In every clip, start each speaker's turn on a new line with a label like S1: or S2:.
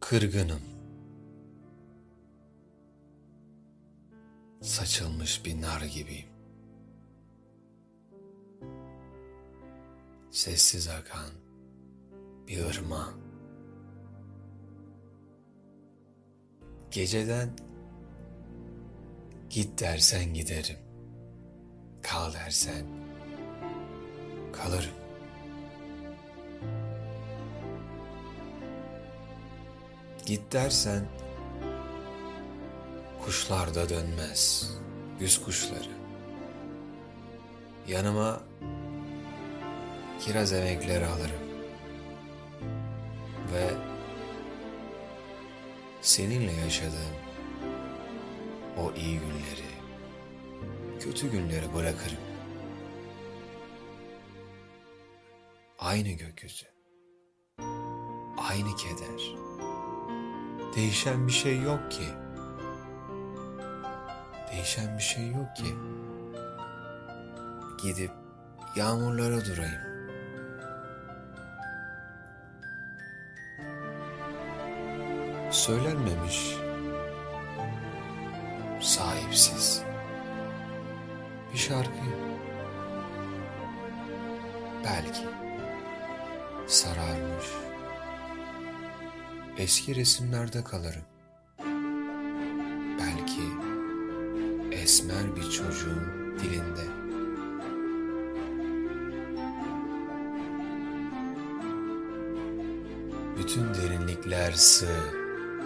S1: Kırgınım. Saçılmış bir nar gibiyim. Sessiz akan bir ırmağa. Geceden git dersen giderim. Kal dersen kalırım. Git dersen kuşlar da dönmez, güz kuşları. Yanıma kiraz emekleri alırım. Ve seninle yaşadığım o iyi günleri, kötü günleri bırakırım. Aynı gökyüzü, aynı keder. Değişen bir şey yok ki. Değişen bir şey yok ki. Gidip yağmurlara durayım. Söylenmemiş, sahipsiz bir şarkıyım. Belki sararmış eski resimlerde kalırım. Belki esmer bir çocuğun dilinde. Bütün derinlikler sığ.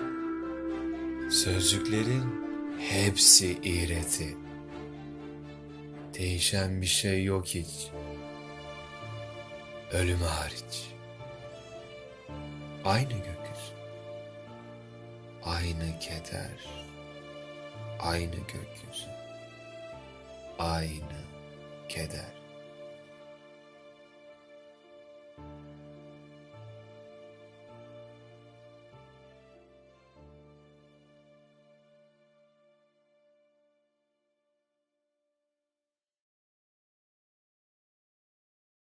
S1: Sözcüklerin hepsi iğreti. Değişen bir şey yok hiç. Ölümü hariç. Aynı gökyüzü. Aynı keder. Aynı gökyüzü. Aynı keder.